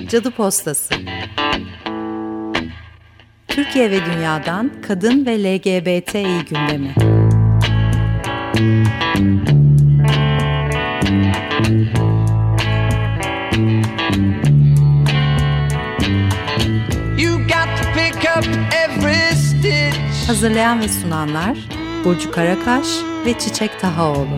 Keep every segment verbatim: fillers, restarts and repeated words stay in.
Cadı Postası. Türkiye ve dünyadan kadın ve L G B T İ gündemi. Hazırlayan ve sunanlar Burcu Karakaş ve Çiçek Tahaoğlu.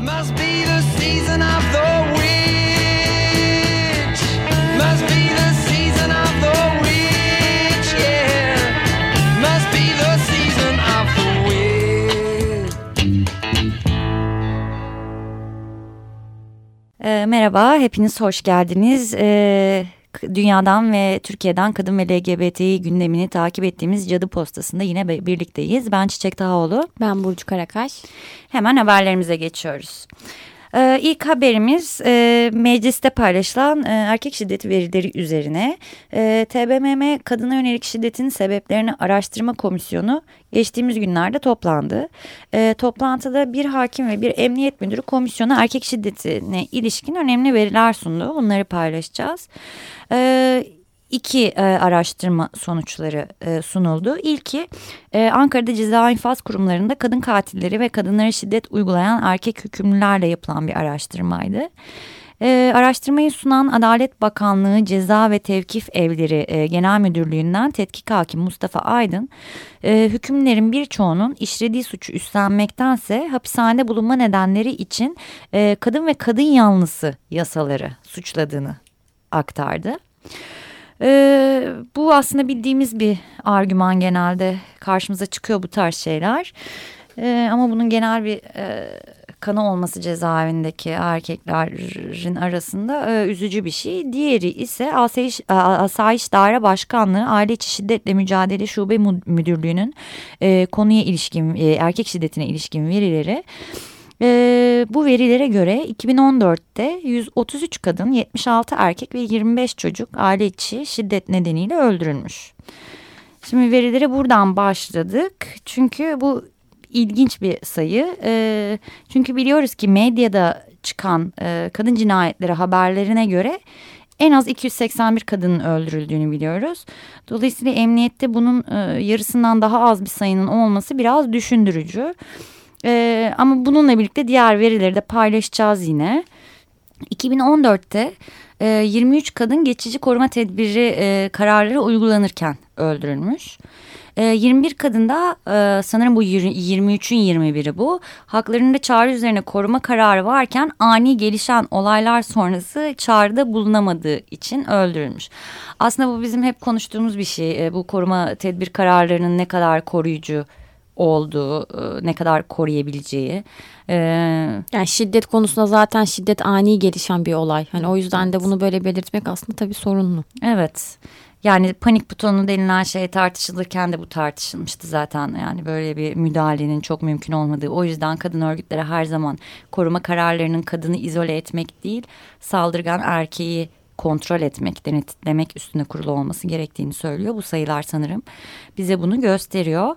E, merhaba, hepiniz hoş geldiniz. E, dünyadan ve Türkiye'den kadın ve L G B T İ gündemini takip ettiğimiz Cadı Postası'nda yine birlikteyiz. Ben Çiçek Tahaoğlu. Ben Burcu Karakaş. Hemen haberlerimize geçiyoruz. Ee, ilk haberimiz e, mecliste paylaşılan e, erkek şiddeti verileri üzerine. E, T B M M Kadına Yönelik Şiddetin Sebeplerini Araştırma Komisyonu geçtiğimiz günlerde toplandı. E, toplantıda bir hakim ve bir emniyet müdürü komisyona erkek şiddetine ilişkin önemli veriler sundu. Bunları paylaşacağız. E, İki e, araştırma sonuçları e, sunuldu. İlki e, Ankara'da ceza infaz kurumlarında kadın katilleri ve kadınlara şiddet uygulayan erkek hükümlülerle yapılan bir araştırmaydı. E, araştırmayı sunan Adalet Bakanlığı Ceza ve Tevkif Evleri e, Genel Müdürlüğü'nden Tetkik Hakim Mustafa Aydın, e, hükümlerin birçoğunun işlediği suçu üstlenmektense hapishanede bulunma nedenleri için e, kadın ve kadın yanlısı yasaları suçladığını aktardı. Ee, bu aslında bildiğimiz bir argüman, genelde karşımıza çıkıyor bu tarz şeyler. Ee, ama bunun genel bir e, kanı olması cezaevindeki erkeklerin arasında e, üzücü bir şey. Diğeri ise Asayiş, Asayiş Daire Başkanlığı Aile İçi Şiddetle Mücadele Şube Müdürlüğü'nün e, konuya ilişkin, e, erkek şiddetine ilişkin verileri. Ee, bu verilere göre iki bin on dörtte yüz otuz üç kadın, yetmiş altı erkek ve yirmi beş çocuk aile içi şiddet nedeniyle öldürülmüş. Şimdi verilere buradan başladık çünkü bu ilginç bir sayı. Ee, çünkü biliyoruz ki medyada çıkan e, kadın cinayetleri haberlerine göre en az iki yüz seksen bir kadının öldürüldüğünü biliyoruz. Dolayısıyla emniyette bunun e, yarısından daha az bir sayının olması biraz düşündürücü. Ee, ama bununla birlikte diğer verileri de paylaşacağız yine. iki bin on dörtte e, yirmi üç kadın geçici koruma tedbiri e, kararları uygulanırken öldürülmüş. E, yirmi bir kadın da e, sanırım bu yirmi üçün yirmi biri bu. Haklarında çağrı üzerine koruma kararı varken ani gelişen olaylar sonrası çağrıda bulunamadığı için öldürülmüş. Aslında bu bizim hep konuştuğumuz bir şey. E, bu koruma tedbir kararlarının ne kadar koruyucu olduğu, ne kadar koruyabileceği. Ee, yani şiddet konusunda zaten şiddet ani gelişen bir olay. Hani o yüzden de bunu böyle belirtmek aslında tabii sorunlu. Evet. Yani panik butonu denilen şey tartışılırken de bu tartışılmıştı zaten. Yani böyle bir müdahalenin çok mümkün olmadığı. O yüzden kadın örgütleri her zaman koruma kararlarının kadını izole etmek değil, saldırgan erkeği kontrol etmek, denetlemek üstüne kurulu olması gerektiğini söylüyor. Bu sayılar sanırım bize bunu gösteriyor.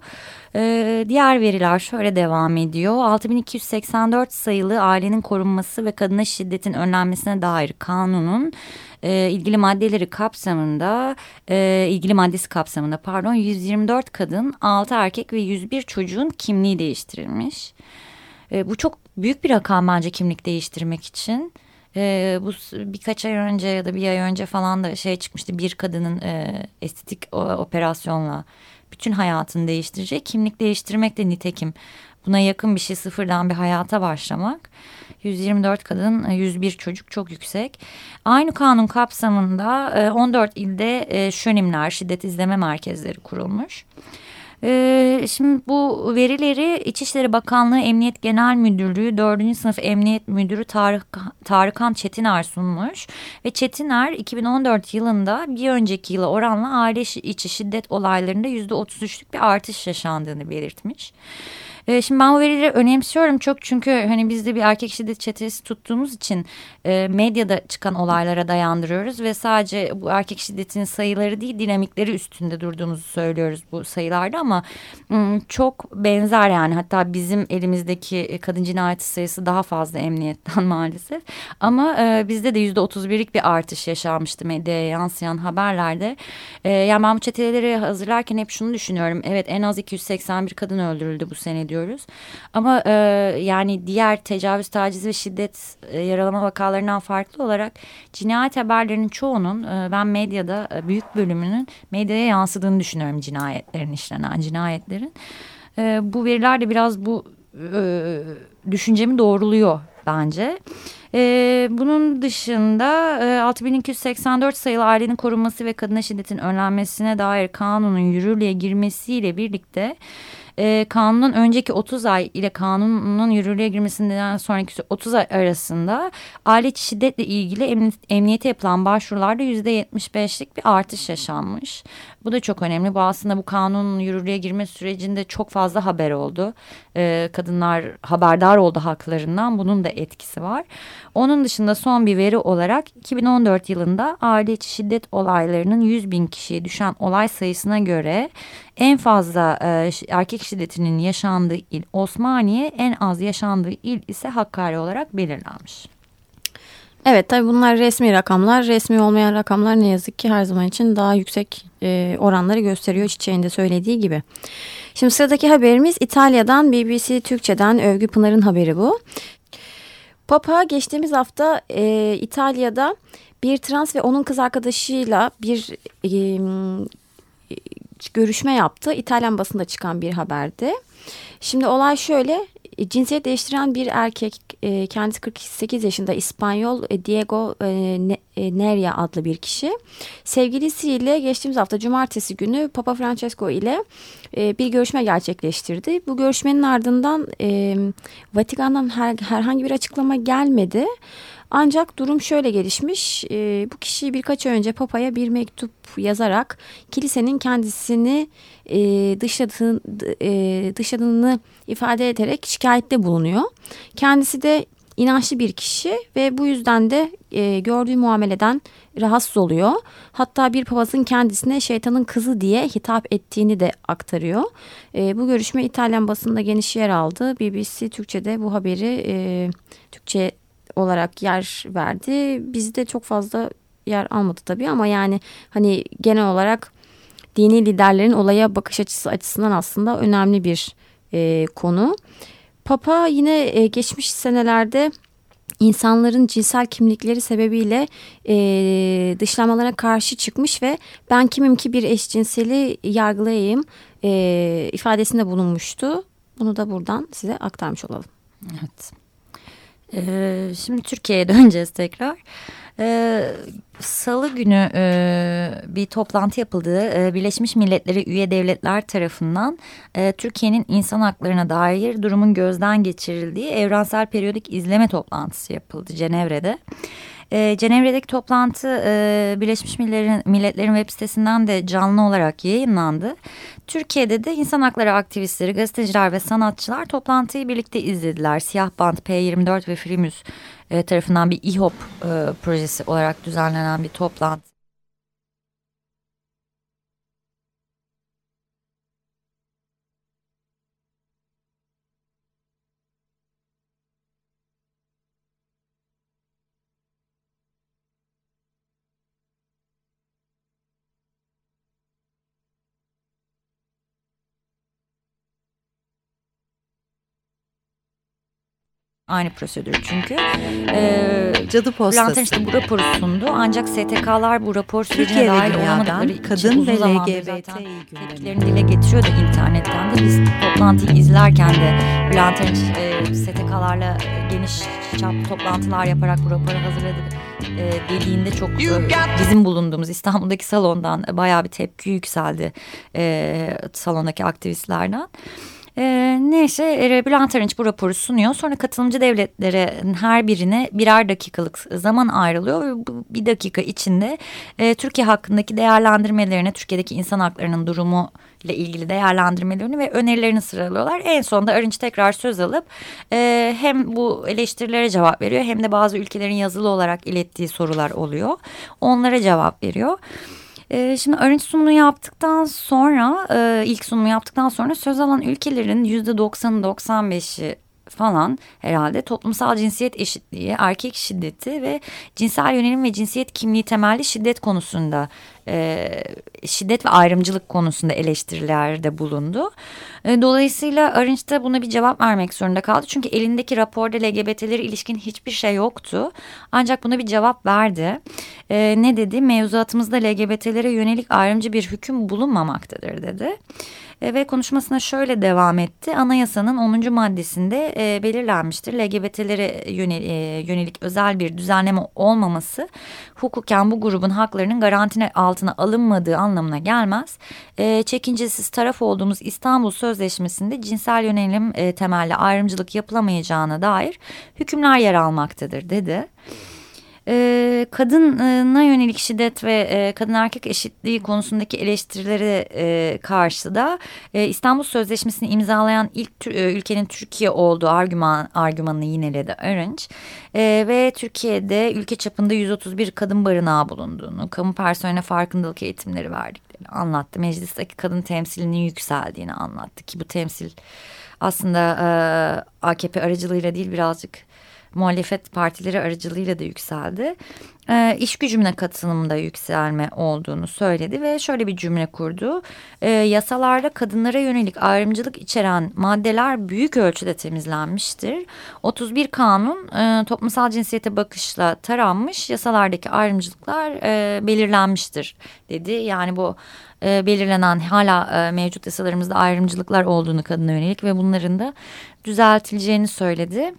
Ee, diğer veriler şöyle devam ediyor. altı bin iki yüz seksen dört sayılı ailenin korunması ve kadına şiddetin önlenmesine dair kanunun e, ilgili maddeleri kapsamında, e, ilgili maddesi kapsamında pardon yüz yirmi dört kadın, altı erkek ve yüz bir çocuğun kimliği değiştirilmiş. E, bu çok büyük bir rakam bence kimlik değiştirmek için. Ee, bu birkaç ay önce ya da bir ay önce falan da şey çıkmıştı, bir kadının e, estetik o, operasyonla bütün hayatını değiştirecek. Kimlik değiştirmek de nitekim buna yakın bir şey, sıfırdan bir hayata başlamak. yüz yirmi dört kadın, yüz bir çocuk, çok yüksek. Aynı kanun kapsamında e, on dört ilde e, şönimler, şiddet izleme merkezleri kurulmuş. Ee, şimdi bu verileri İçişleri Bakanlığı Emniyet Genel Müdürlüğü dördüncü sınıf Emniyet Müdürü Tarık, Tarıkan Çetiner sunmuş. Ve Çetiner iki bin on dört yılında bir önceki yıla oranla aile içi şiddet olaylarında yüzde otuz üçlük bir artış yaşandığını belirtmiş. E, şimdi ben bu verileri önemsiyorum çok çünkü hani biz de bir erkek şiddet çetesi tuttuğumuz için e, medyada çıkan olaylara dayandırıyoruz ve sadece bu erkek şiddetinin sayıları değil dinamikleri üstünde durduğumuzu söylüyoruz bu sayılarda ama m, çok benzer yani hatta bizim elimizdeki kadın cinayeti sayısı daha fazla emniyetten maalesef ama e, bizde de yüzde otuz birlik bir artış yaşanmıştı medyaya yansıyan haberlerde. E, yani ben bu çeteleri hazırlarken hep şunu düşünüyorum evet en az iki yüz seksen bir kadın öldürüldü bu sene diyoruz. Ama e, yani diğer tecavüz, taciz ve şiddet e, yaralama vakalarından farklı olarak cinayet haberlerinin çoğunun e, ben medyada e, büyük bölümünün medyaya yansıdığını düşünüyorum cinayetlerin işlenen cinayetlerin. E, bu veriler de biraz bu e, düşüncemi doğruluyor bence. Ee, bunun dışında e, altı bin iki yüz seksen dört sayılı ailenin korunması ve kadına şiddetin önlenmesine dair kanunun yürürlüğe girmesiyle birlikte e, kanunun önceki otuz ay ile kanunun yürürlüğe girmesinden sonraki otuz ay arasında aile içi şiddetle ilgili emni, emniyete yapılan başvurularda yüzde yetmiş beşlik bir artış yaşanmış. Bu da çok önemli. Bu aslında bu kanunun yürürlüğe girme sürecinde çok fazla haber oldu. Ee, kadınlar haberdar oldu haklarından. Bunun da etkisi var. Onun dışında son bir veri olarak iki bin on dört yılında aile içi şiddet olaylarının yüz bin kişiye düşen olay sayısına göre en fazla e, erkek şiddetinin yaşandığı il Osmaniye, en az yaşandığı il ise Hakkari olarak belirlenmiş. Evet tabii bunlar resmi rakamlar. Resmi olmayan rakamlar ne yazık ki her zaman için daha yüksek e, oranları gösteriyor Çiçek'in de söylediği gibi. Şimdi sıradaki haberimiz İtalya'dan B B C Türkçe'den Övgü Pınar'ın haberi bu. Papa geçtiğimiz hafta e, İtalya'da bir trans ve onun kız arkadaşıyla bir e, görüşme yaptı. İtalyan basında çıkan bir haberdi. Şimdi olay şöyle, cinsiyet değiştiren bir erkek, e, kendisi kırk sekiz yaşında İspanyol e, Diego e, Neria adlı bir kişi. Sevgilisiyle geçtiğimiz hafta cumartesi günü Papa Francesco ile e, bir görüşme gerçekleştirdi. Bu görüşmenin ardından e, Vatikan'dan her, herhangi bir açıklama gelmedi. Ancak durum şöyle gelişmiş. E, bu kişi birkaç ay önce Papa'ya bir mektup yazarak kilisenin kendisini e, dışladığını, e, dışladığını ifade ederek şikayette bulunuyor. Kendisi de inançlı bir kişi ve bu yüzden de e, gördüğü muameleden rahatsız oluyor. Hatta bir papazın kendisine şeytanın kızı diye hitap ettiğini de aktarıyor. E, bu görüşme İtalyan basında geniş yer aldı. B B C Türkçe'de bu haberi e, Türkçe olarak yer verdi. Bizde çok fazla yer almadı tabii ama yani hani genel olarak dini liderlerin olaya bakış açısı açısından aslında önemli bir e, konu. Papa yine e, geçmiş senelerde insanların cinsel kimlikleri sebebiyle e, dışlanmalarına karşı çıkmış ve ben kimim ki bir eşcinseli yargılayayım e, ifadesinde bulunmuştu. Bunu da buradan size aktarmış olalım. Evet. Ee, şimdi Türkiye'ye döneceğiz tekrar. Ee, Salı günü e, bir toplantı yapıldı. Ee, Birleşmiş Milletler'e üye devletler tarafından e, Türkiye'nin insan haklarına dair durumun gözden geçirildiği evrensel periyodik izleme toplantısı yapıldı Cenevre'de. E, Cenevre'deki toplantı e, Birleşmiş Milletler'in, Milletler'in web sitesinden de canlı olarak yayınlandı. Türkiye'de de insan hakları aktivistleri, gazeteciler ve sanatçılar toplantıyı birlikte izlediler. Siyah Band, P yirmi dört ve Frimus e, tarafından bir İHOP e, projesi olarak düzenlenen bir toplantı. Aynı prosedür çünkü. Ee, Cadı Postası. Bülent işte bu raporu sundu. Ancak S T K'lar bu rapor sürecine Türkiye ve dahil dünyadan olamadıkları için kadın uzun ve zamandır L G B T zaten gündemi. tepkilerini dile getiriyordu internetten de. Biz toplantıyı izlerken de Bülent Arınç e, S T K'larla geniş çap toplantılar yaparak bu raporu hazırladık e, dediğinde çok e, bizim bulunduğumuz İstanbul'daki salondan bayağı bir tepki yükseldi e, salondaki aktivistlerden. E, neyse e, Bülent Arınç bu raporu sunuyor. Sonra katılımcı devletlere her birine birer dakikalık zaman ayrılıyor. Ve bu bir dakika içinde e, Türkiye hakkındaki değerlendirmelerini, Türkiye'deki insan haklarının durumu ile ilgili değerlendirmelerini ve önerilerini sıralıyorlar. En sonunda Arınç tekrar söz alıp e, hem bu eleştirilere cevap veriyor hem de bazı ülkelerin yazılı olarak ilettiği sorular oluyor. Onlara cevap veriyor. E, şimdi Arınç sunumunu yaptıktan sonra e, ilk sunumu yaptıktan sonra söz alan ülkelerin yüzde doksanı doksan beşi falan herhalde toplumsal cinsiyet eşitliği, erkek şiddeti ve cinsel yönelim ve cinsiyet kimliği temelli şiddet konusunda e, şiddet ve ayrımcılık konusunda eleştirilerde bulundu. E, dolayısıyla Arınç da buna bir cevap vermek zorunda kaldı. Çünkü elindeki raporda L G B T'lere ilişkin hiçbir şey yoktu. Ancak buna bir cevap verdi. E, ne dedi? Mevzuatımızda L G B T'lere yönelik ayrımcı bir hüküm bulunmamaktadır dedi. Ve konuşmasına şöyle devam etti. Anayasanın onuncu maddesinde e, belirlenmiştir. L G B T'lere yönel, e, yönelik özel bir düzenleme olmaması hukuken bu grubun haklarının garantine altına alınmadığı anlamına gelmez. E, çekincesiz taraf olduğumuz İstanbul Sözleşmesi'nde cinsel yönelim e, temelli ayrımcılık yapılamayacağına dair hükümler yer almaktadır dedi. Ee, kadına yönelik şiddet ve e, kadın erkek eşitliği konusundaki eleştirilere e, karşı da e, İstanbul Sözleşmesi'ni imzalayan ilk e, ülkenin Türkiye olduğu argüman, argümanını yineledi Arınç. E, ve Türkiye'de ülke çapında yüz otuz bir kadın barınağı bulunduğunu, kamu personeline farkındalık eğitimleri verdiklerini anlattı. Meclisteki kadın temsilinin yükseldiğini anlattı ki bu temsil aslında e, A K P aracılığıyla değil birazcık muhalefet partileri aracılığıyla da yükseldi. E, iş gücüne katılımda yükselme olduğunu söyledi ve şöyle bir cümle kurdu. E, yasalarda kadınlara yönelik ayrımcılık içeren maddeler büyük ölçüde temizlenmiştir. otuz bir kanun e, toplumsal cinsiyete bakışla taranmış, yasalardaki ayrımcılıklar e, belirlenmiştir dedi. Yani bu e, belirlenen hala e, mevcut yasalarımızda ayrımcılıklar olduğunu kadına yönelik ve bunların da düzeltileceğini söyledi.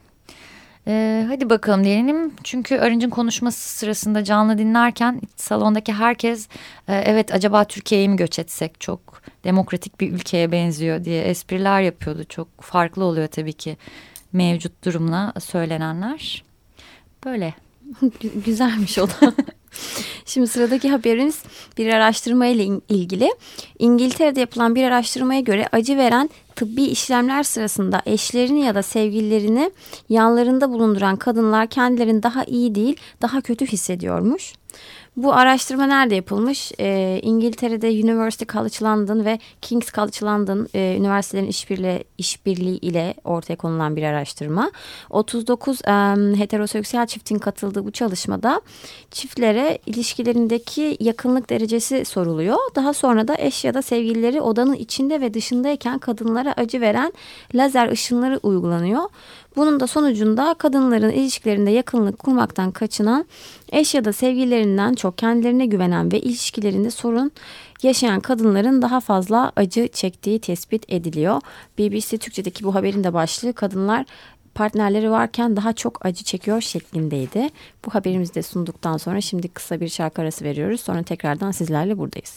Ee, hadi bakalım diyelim çünkü Arınç'ın konuşması sırasında canlı dinlerken salondaki herkes e, evet acaba Türkiye'ye mi göç etsek, çok demokratik bir ülkeye benziyor diye espriler yapıyordu. Çok farklı oluyor tabii ki mevcut durumla söylenenler. Böyle. Güzelmiş o da. Şimdi sıradaki haberimiz bir araştırma ile ilgili. İngiltere'de yapılan bir araştırmaya göre acı veren tıbbi işlemler sırasında eşlerini ya da sevgililerini yanlarında bulunduran kadınlar kendilerini daha iyi değil, daha kötü hissediyormuş. Bu araştırma nerede yapılmış? Ee, İngiltere'de University College London ve King's College London e, üniversitelerin işbirliği, işbirliği ile ortaya konulan bir araştırma. otuz dokuz e, heteroseksüel çiftin katıldığı bu çalışmada çiftlere ilişkilerindeki yakınlık derecesi soruluyor. Daha sonra da eş ya da sevgilileri odanın içinde ve dışındayken kadınlara acı veren lazer ışınları uygulanıyor. Bunun da sonucunda kadınların ilişkilerinde yakınlık kurmaktan kaçınan, eş ya da sevgililerinden çok kendilerine güvenen ve ilişkilerinde sorun yaşayan kadınların daha fazla acı çektiği tespit ediliyor. B B C Türkçe'deki bu haberin de başlığı kadınlar partnerleri varken daha çok acı çekiyor şeklindeydi. Bu haberimizi de sunduktan sonra şimdi kısa bir şarkı arası veriyoruz. Sonra tekrardan sizlerle buradayız.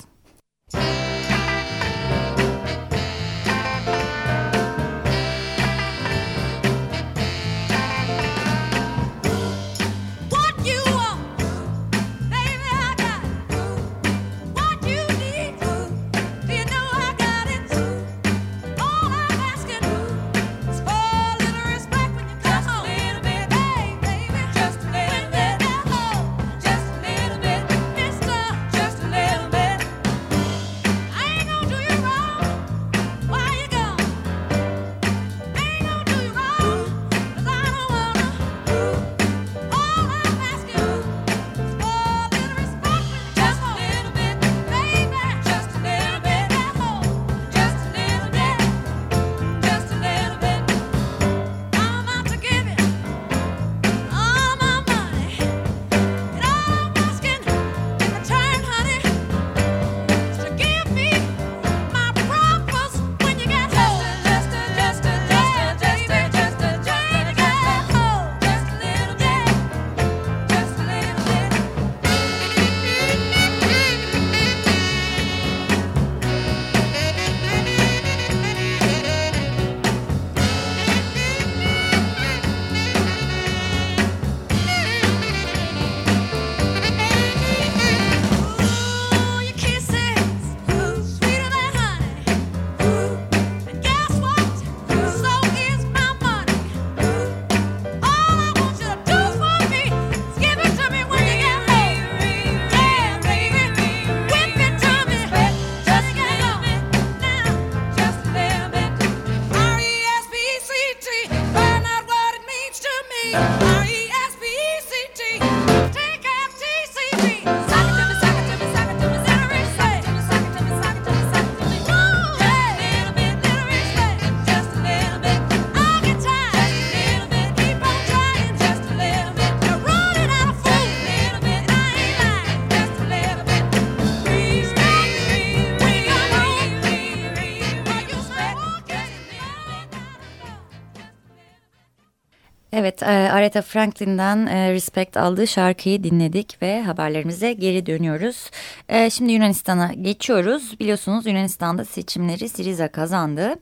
Evet, Aretha Franklin'den Respect aldığı şarkıyı dinledik ve haberlerimize geri dönüyoruz. Şimdi Yunanistan'a geçiyoruz. Biliyorsunuz Yunanistan'da seçimleri Syriza kazandı.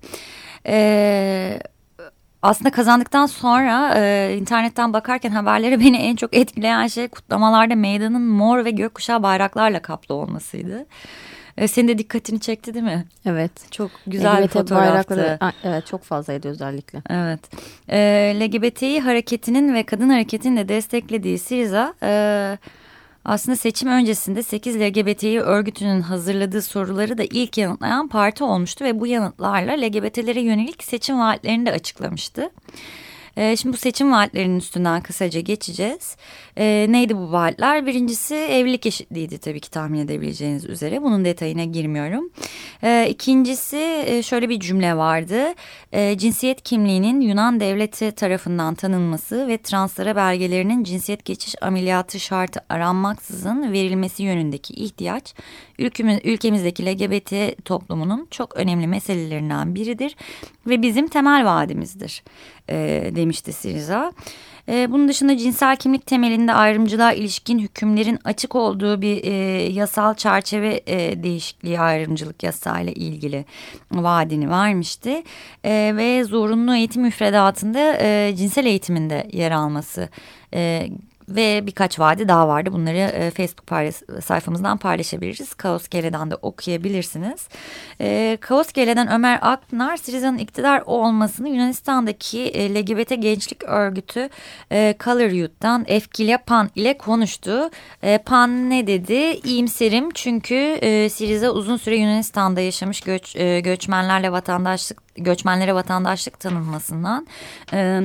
Aslında kazandıktan sonra internetten bakarken haberlere beni en çok etkileyen şey kutlamalarda meydanın mor ve gökkuşağı bayraklarla kaplı olmasıydı. Senin de dikkatini çekti değil mi? Evet. Çok güzel bir fotoğraftı. Evet, çok fazlaydı özellikle. Evet. E, L G B T hareketinin ve kadın hareketinin de desteklediği Syriza e, aslında seçim öncesinde sekiz L G B T örgütünün hazırladığı soruları da ilk yanıtlayan parti olmuştu ve bu yanıtlarla L G B T'lere yönelik seçim vaatlerini de açıklamıştı. Şimdi bu seçim vaatlerinin üstünden kısaca geçeceğiz. E, neydi bu vaatler? Birincisi evlilik eşitliğiydi tabii ki, tahmin edebileceğiniz üzere. Bunun detayına girmiyorum. E, ikincisi şöyle bir cümle vardı. E, cinsiyet kimliğinin Yunan devleti tarafından tanınması ve translara belgelerinin cinsiyet geçiş ameliyatı şartı aranmaksızın verilmesi yönündeki ihtiyaç ülkemiz, ülkemizdeki L G B T toplumunun çok önemli meselelerinden biridir ve bizim temel vaadimizdir e, demişti Syriza. E, bunun dışında cinsel kimlik temelinde ayrımcılığa ilişkin hükümlerin açık olduğu bir e, yasal çerçeve e, değişikliği, ayrımcılık yasayla ilgili vaadini vermişti. E, ve zorunlu eğitim müfredatında e, cinsel eğitiminde yer alması e, ve birkaç vaadi daha vardı. Bunları e, Facebook paylaş- sayfamızdan paylaşabiliriz. Kaos Gele'den de okuyabilirsiniz. E, Kaos Gele'den Ömer Akpınar, Syriza'nın iktidar olmasını Yunanistan'daki e, L G B T gençlik örgütü e, Color Youth'tan Efkilya Pan ile konuştu. E, Pan ne dedi? İyimserim çünkü e, Syriza uzun süre Yunanistan'da yaşamış göç, e, göçmenlerle vatandaşlık göçmenlere vatandaşlık tanınmasından E,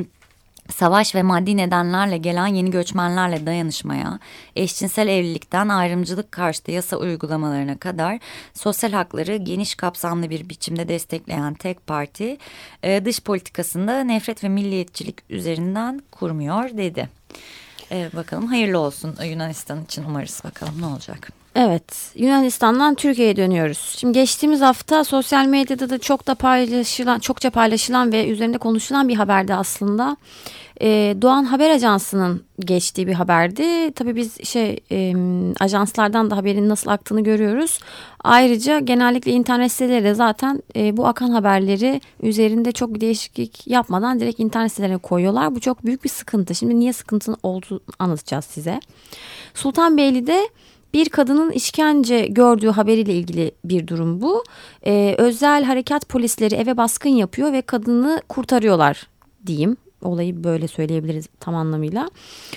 savaş ve maddi nedenlerle gelen yeni göçmenlerle dayanışmaya, eşcinsel evlilikten ayrımcılık karşıtı yasa uygulamalarına kadar sosyal hakları geniş kapsamlı bir biçimde destekleyen tek parti, dış politikasında nefret ve milliyetçilik üzerinden kurmuyor dedi. Evet, bakalım hayırlı olsun Yunanistan için, umarız, bakalım ne olacak. Evet, Yunanistan'dan Türkiye'ye dönüyoruz. Şimdi geçtiğimiz hafta sosyal medyada da çok da paylaşılan, çokça paylaşılan ve üzerinde konuşulan bir haberdi aslında. Ee, Doğan Haber Ajansı'nın geçtiği bir haberdi. Tabii biz şey e, ajanslardan da haberin nasıl aktığını görüyoruz. Ayrıca genellikle internet siteleri de zaten e, bu akan haberleri üzerinde çok bir değişiklik yapmadan direkt internet sitelerine koyuyorlar. Bu çok büyük bir sıkıntı. Şimdi niye sıkıntının olduğunu anlatacağız size. Sultanbeyli'de bir kadının işkence gördüğü haberiyle ilgili bir durum bu. Ee, özel harekat polisleri eve baskın yapıyor ve kadını kurtarıyorlar diyeyim. Olayı böyle söyleyebiliriz tam anlamıyla.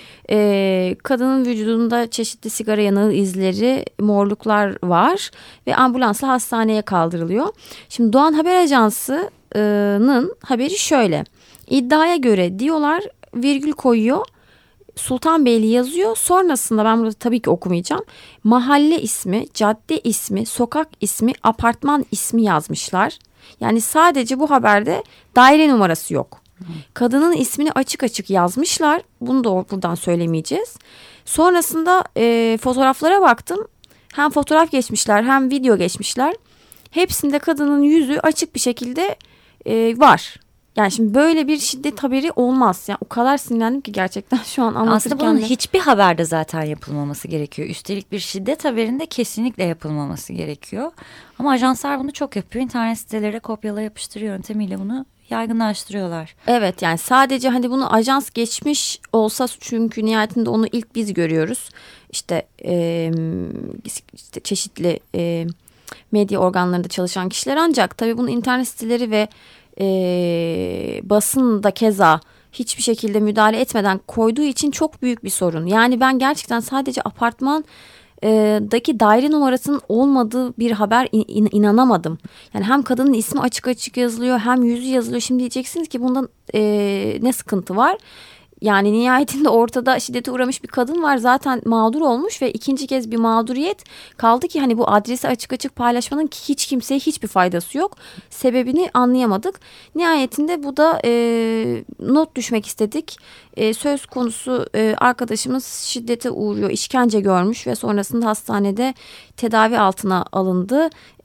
Ee, kadının vücudunda çeşitli sigara yanığı izleri, morluklar var ve ambulansla hastaneye kaldırılıyor. Şimdi Doğan Haber Ajansı'nın haberi şöyle. İddiaya göre diyorlar, virgül koyuyor. Sultanbeyli yazıyor. Sonrasında ben burada tabii ki okumayacağım. Mahalle ismi, cadde ismi, sokak ismi, apartman ismi yazmışlar. Yani sadece bu haberde daire numarası yok. Kadının ismini açık açık yazmışlar. Bunu da buradan söylemeyeceğiz. Sonrasında e, fotoğraflara baktım. Hem fotoğraf geçmişler hem video geçmişler. Hepsinde kadının yüzü açık bir şekilde e, var. Yani şimdi böyle bir şiddet haberi olmaz. Yani o kadar sinirlendim ki gerçekten şu an anlatırken. Aslında bunun de... hiçbir haberde zaten yapılmaması gerekiyor. Üstelik bir şiddet haberinde kesinlikle yapılmaması gerekiyor. Ama ajanslar bunu çok yapıyor. İnternet siteleri kopyala yapıştır yöntemiyle bunu yaygınlaştırıyorlar. Evet, yani sadece hani bunu ajans geçmiş olsa, çünkü nihayetinde onu ilk biz görüyoruz. İşte, e, işte çeşitli e, medya organlarında çalışan kişiler, ancak tabii bunu internet siteleri ve e, basın da keza hiçbir şekilde müdahale etmeden koyduğu için çok büyük bir sorun. Yani ben gerçekten sadece apartman daki daire numarasının olmadığı bir haber in, in, inanamadım. Yani hem kadının ismi açık açık yazılıyor hem yüzü yazılıyor. Şimdi diyeceksiniz ki bundan e, ne sıkıntı var? Yani nihayetinde ortada şiddete uğramış bir kadın var, zaten mağdur olmuş ve ikinci kez bir mağduriyet kaldı ki hani bu adresi açık açık paylaşmanın hiç kimseye hiçbir faydası yok. Sebebini anlayamadık. Nihayetinde bu da e, not düşmek istedik. E, söz konusu e, arkadaşımız şiddete uğruyor, işkence görmüş ve sonrasında hastanede tedavi altına alındı.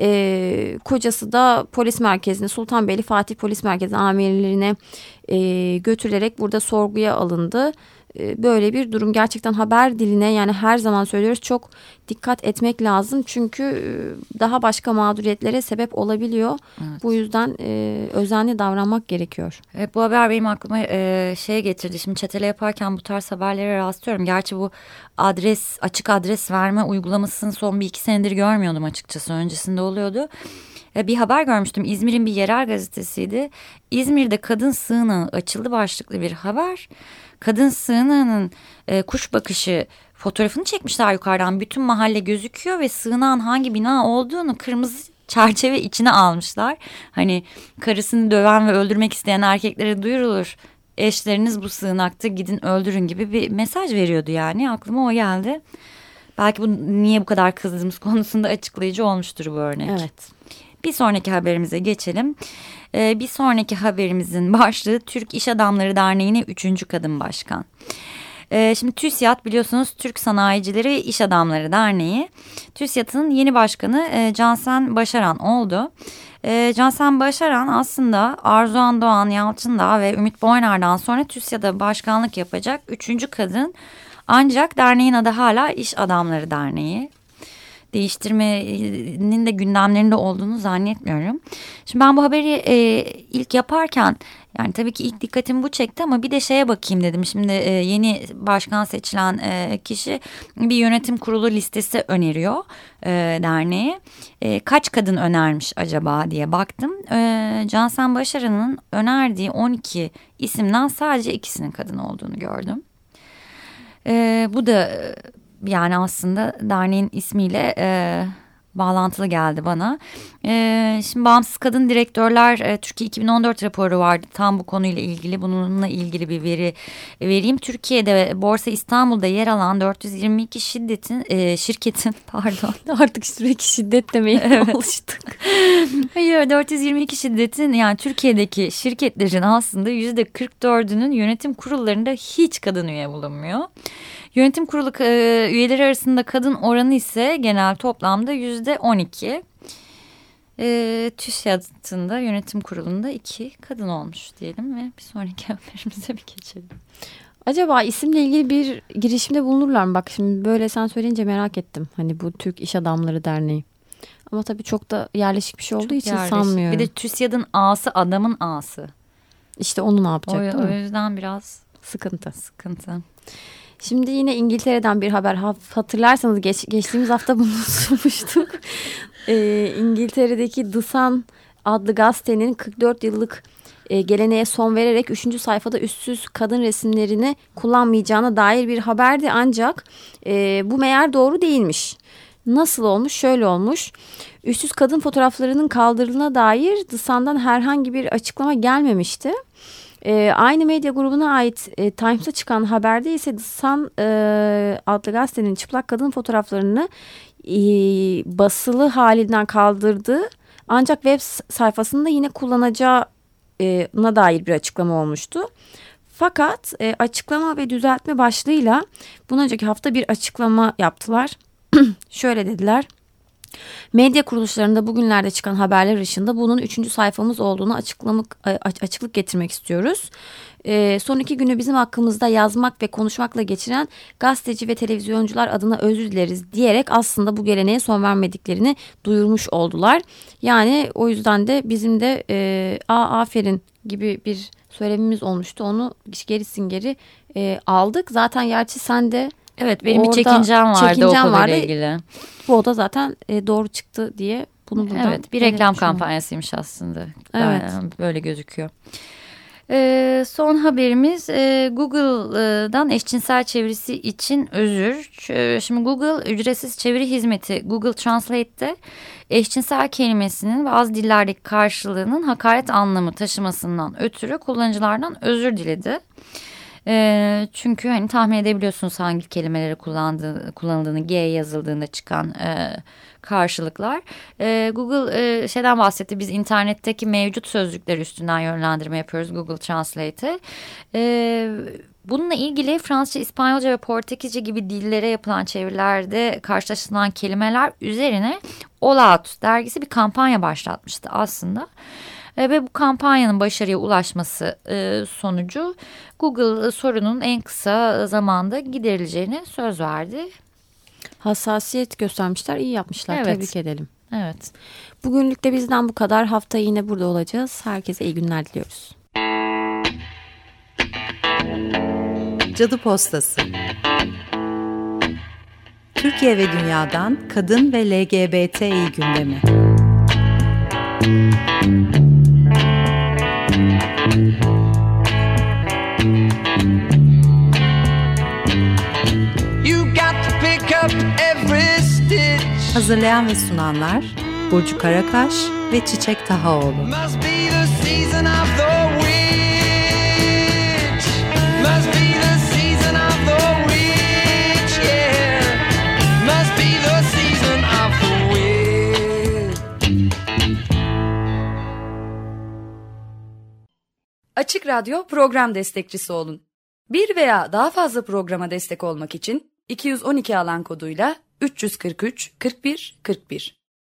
E, kocası da polis merkezine, Sultanbeyli Fatih Polis Merkezi amirlerine e, götürülerek burada sorguya alındı. Böyle bir durum, gerçekten haber diline, yani her zaman söylüyoruz, çok dikkat etmek lazım. Çünkü daha başka mağduriyetlere sebep olabiliyor. Evet. Bu yüzden e, özenli davranmak gerekiyor. Evet, bu haber benim aklıma e, şey getirdi. Şimdi çetele yaparken bu tarz haberlere rastlıyorum. Gerçi bu adres, açık adres verme uygulamasını son bir iki senedir görmüyordum açıkçası. Öncesinde oluyordu. Bir haber görmüştüm. İzmir'in bir yerel gazetesiydi. İzmir'de kadın sığınağı açıldı başlıklı bir haber. Kadın sığınağının e, kuş bakışı fotoğrafını çekmişler yukarıdan. Bütün mahalle gözüküyor ve sığınağın hangi bina olduğunu kırmızı çerçeve içine almışlar. Hani karısını döven ve öldürmek isteyen erkeklere duyurulur. Eşleriniz bu sığınakta, gidin öldürün gibi bir mesaj veriyordu yani. Aklıma o geldi. Belki bu niye bu kadar kızdığımız konusunda açıklayıcı olmuştur bu örnek. Evet. Bir sonraki haberimize geçelim. Ee, bir sonraki haberimizin başlığı Türk İş Adamları Derneği'ne üçüncü kadın başkan. Ee, şimdi TÜSİAD biliyorsunuz Türk Sanayicileri ve İş Adamları Derneği. TÜSİAD'ın yeni başkanı e, Cansen Başaran oldu. E, Cansen Başaran aslında Arzuhan Doğan Yalçındağ ve Ümit Boyner'den sonra TÜSİAD'a başkanlık yapacak üçüncü kadın. Ancak derneğin adı hala İş Adamları Derneği. Değiştirmenin de gündemlerinde olduğunu zannetmiyorum. Şimdi ben bu haberi e, ilk yaparken, yani tabii ki ilk dikkatimi bu çekti ama bir de şeye bakayım dedim. Şimdi e, yeni başkan seçilen e, kişi bir yönetim kurulu listesi öneriyor e, derneğe. E, kaç kadın önermiş acaba diye baktım. E, Cansen Başaran'ın önerdiği on iki isimden sadece ikisinin kadın olduğunu gördüm. E, bu da yani aslında derneğin ismiyle e, bağlantılı geldi bana. E, şimdi Bağımsız Kadın Direktörler e, Türkiye iki bin on dört raporu vardı. Tam bu konuyla ilgili, bununla ilgili bir veri vereyim. Türkiye'de Borsa İstanbul'da yer alan dört yüz yirmi iki şiddetin e, şirketin pardon artık sürekli şiddet demeye evet. alıştık. Hayır, dört yüz yirmi iki şiddetin, yani Türkiye'deki şirketlerin aslında yüzde kırk dördünün yönetim kurullarında hiç kadın üye bulunmuyor. Yönetim kurulu e, üyeleri arasında kadın oranı ise genel toplamda yüzde on iki. E, TÜSİAD'ın da yönetim kurulunda iki kadın olmuş diyelim ve bir sonraki haberimize bir geçelim. Acaba isimle ilgili bir girişimde bulunurlar mı? Bak şimdi böyle sen söyleyince merak ettim. Hani bu Türk İş Adamları Derneği. Ama tabii çok da yerleşik bir şey olduğu çok için yerleşik. Sanmıyorum. Bir de TÜSİAD'ın A'sı adamın A'sı. İşte onu ne yapacak, o, değil mi? O yüzden biraz sıkıntı. Sıkıntı. Şimdi yine İngiltere'den bir haber. Hatırlarsanız geç, geçtiğimiz hafta bunu sunmuştuk. ee, İngiltere'deki The Sun adlı gazetenin kırk dört yıllık e, geleneğe son vererek üçüncü sayfada üstsüz kadın resimlerini kullanmayacağına dair bir haberdi. Ancak e, bu meğer doğru değilmiş. Nasıl olmuş? Şöyle olmuş. Üstsüz kadın fotoğraflarının kaldırıldığına dair The Sun'dan herhangi bir açıklama gelmemişti. E, aynı medya grubuna ait e, Times'ta çıkan haberde ise The Sun e, adlı gazetenin çıplak kadın fotoğraflarını e, basılı halinden kaldırdı. Ancak web sayfasında yine kullanacağına dair bir açıklama olmuştu. Fakat e, açıklama ve düzeltme başlığıyla bundan önceki hafta bir açıklama yaptılar. Şöyle dediler. Medya kuruluşlarında bugünlerde çıkan haberler ışığında bunun üçüncü sayfamız olduğunu açıklamak, açıklık getirmek istiyoruz. Ee, son iki günü bizim hakkımızda yazmak ve konuşmakla geçiren gazeteci ve televizyoncular adına özür dileriz diyerek aslında bu geleneğe son vermediklerini duyurmuş oldular. Yani o yüzden de bizim de e, a aferin gibi bir söylemimiz olmuştu. Onu gerisin geri e, aldık. Zaten gerçi sen de evet, benim bir çekincem vardı çekincem o konuyla vardı. ilgili. Bu da zaten e, doğru çıktı diye bunu buradan. Evet, bir reklam kampanyasıymış aslında. Evet. Yani böyle gözüküyor. Ee, son haberimiz e, Google'dan eşcinsel çevirisi için özür. Şimdi Google ücretsiz çeviri hizmeti Google Translate'te eşcinsel kelimesinin bazı dillerdeki karşılığının hakaret anlamı taşımasından ötürü kullanıcılardan özür diledi. E, çünkü hani tahmin edebiliyorsunuz hangi kelimeleri kullandığı, kullanıldığını, G yazıldığında çıkan e, karşılıklar. E, Google e, şeyden bahsetti. Biz internetteki mevcut sözcükler üstünden yönlendirme yapıyoruz Google Translate'e. E, Bununla ilgili Fransızca, İspanyolca ve Portekizce gibi dillere yapılan çevirilerde karşılaşılan kelimeler üzerine All Out dergisi bir kampanya başlatmıştı aslında. E, ve bu kampanyanın başarıya ulaşması e, sonucu Google sorunun en kısa zamanda giderileceğine söz verdi. Hassasiyet göstermişler, iyi yapmışlar. Evet. Tebrik edelim. Evet. Bugünlük de bizden bu kadar. Hafta yine burada olacağız. Herkese iyi günler diliyoruz. Cadı Postası. Türkiye ve dünyadan kadın ve L G B T İ gündemi. Hazırlayan ve sunanlar Burcu Karakaş ve Çiçek Tahaoğlu. Açık Radyo program destekçisi olun. Bir veya daha fazla programa destek olmak için iki yüz on iki alan koduyla üç yüz kırk üç kırk bir kırk bir